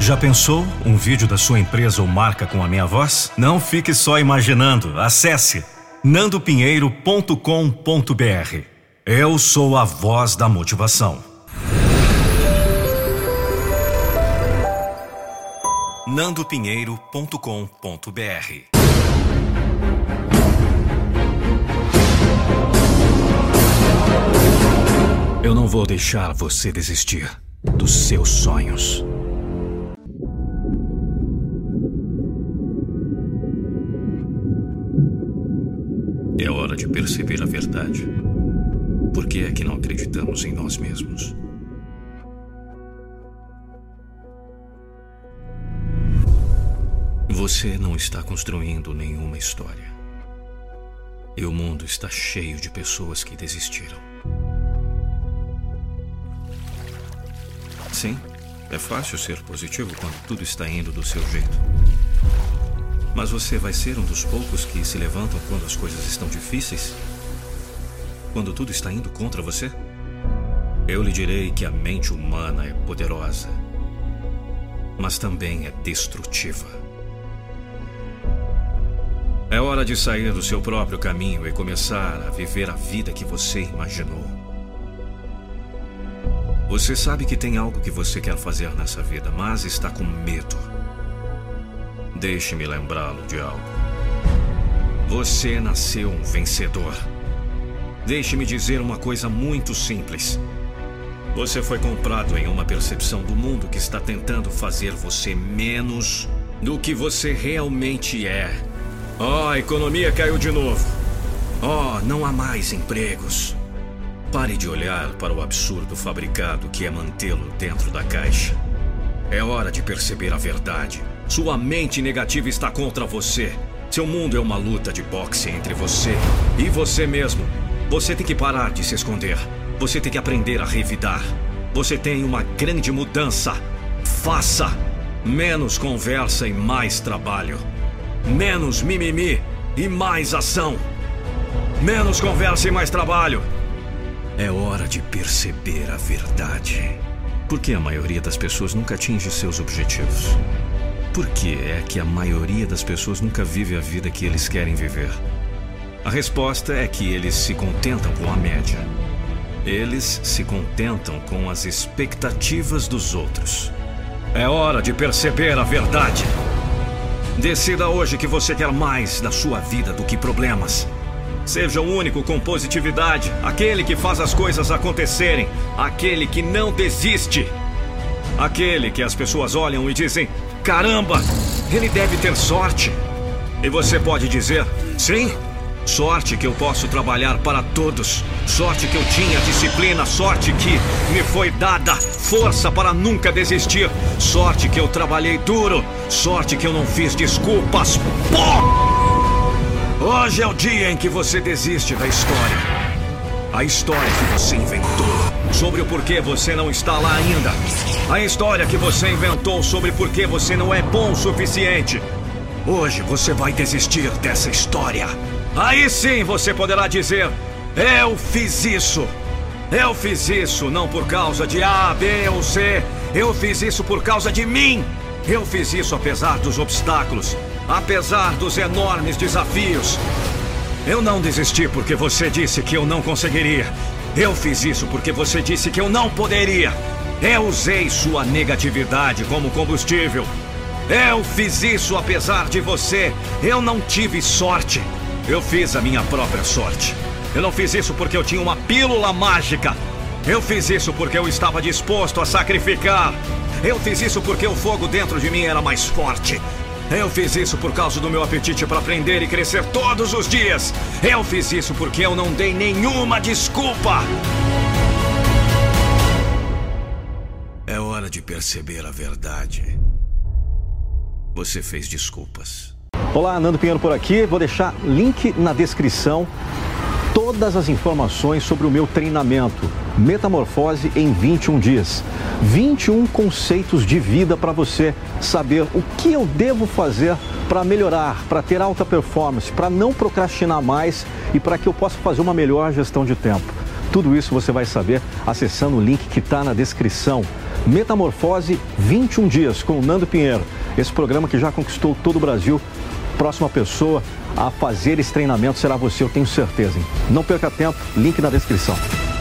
Já pensou um vídeo da sua empresa ou marca com a minha voz? Não fique só imaginando. Acesse nandopinheiro.com.br. Eu sou a voz da motivação. nandopinheiro.com.br. Eu não vou deixar você desistir dos seus sonhos. É hora de perceber a verdade. Por que é que não acreditamos em nós mesmos? Você não está construindo nenhuma história. E o mundo está cheio de pessoas que desistiram. Sim, é fácil ser positivo quando tudo está indo do seu jeito. Mas você vai ser um dos poucos que se levantam quando as coisas estão difíceis? Quando tudo está indo contra você? Eu lhe direi que a mente humana é poderosa, mas também é destrutiva. É hora de sair do seu próprio caminho e começar a viver a vida que você imaginou. Você sabe que tem algo que você quer fazer nessa vida, mas está com medo. Deixe-me lembrá-lo de algo. Você nasceu um vencedor. Deixe-me dizer uma coisa muito simples. Você foi comprado em uma percepção do mundo que está tentando fazer você menos do que você realmente é. A economia caiu de novo. Não há mais empregos. Pare de olhar para o absurdo fabricado que é mantê-lo dentro da caixa. É hora de perceber a verdade. Sua mente negativa está contra você. Seu mundo é uma luta de boxe entre você e você mesmo. Você tem que parar de se esconder. Você tem que aprender a revidar. Você tem uma grande mudança. Faça menos conversa e mais trabalho. Menos mimimi e mais ação. Menos conversa e mais trabalho. É hora de perceber a verdade. Por que a maioria das pessoas nunca atinge seus objetivos? Por que é que a maioria das pessoas nunca vive a vida que eles querem viver? A resposta é que eles se contentam com a média. Eles se contentam com as expectativas dos outros. É hora de perceber a verdade. Decida hoje que você quer mais da sua vida do que problemas. Seja o único com positividade, aquele que faz as coisas acontecerem, aquele que não desiste. Aquele que as pessoas olham e dizem: caramba, ele deve ter sorte. E você pode dizer: sim, sorte que eu posso trabalhar para todos. Sorte que eu tinha disciplina, sorte que me foi dada força para nunca desistir. Sorte que eu trabalhei duro, sorte que eu não fiz desculpas. Pô! Hoje é o dia em que você desiste da história. A história que você inventou sobre o porquê você não está lá ainda. A história que você inventou sobre porquê você não é bom o suficiente. Hoje você vai desistir dessa história. Aí sim você poderá dizer: eu fiz isso. Eu fiz isso não por causa de A, B ou C. Eu fiz isso por causa de mim. Eu fiz isso apesar dos obstáculos, apesar dos enormes desafios. Eu não desisti porque você disse que eu não conseguiria. Eu fiz isso porque você disse que eu não poderia. Eu usei sua negatividade como combustível. Eu fiz isso apesar de você. Eu não tive sorte. Eu fiz a minha própria sorte. Eu não fiz isso porque eu tinha uma pílula mágica. Eu fiz isso porque eu estava disposto a sacrificar. Eu fiz isso porque o fogo dentro de mim era mais forte. Eu fiz isso por causa do meu apetite para aprender e crescer todos os dias. Eu fiz isso porque eu não dei nenhuma desculpa. É hora de perceber a verdade. Você fez desculpas. Olá, Nando Pinheiro por aqui. Vou deixar link na descrição. Todas as informações sobre o meu treinamento Metamorfose em 21 dias. 21 conceitos de vida para você saber o que eu devo fazer para melhorar, para ter alta performance, para não procrastinar mais e para que eu possa fazer uma melhor gestão de tempo. Tudo isso você vai saber acessando o link que está na descrição. Metamorfose 21 dias com o Nando Pinheiro. Esse programa que já conquistou todo o Brasil. Próxima pessoa a fazer esse treinamento será você, eu tenho certeza, hein? Não perca tempo, link na descrição.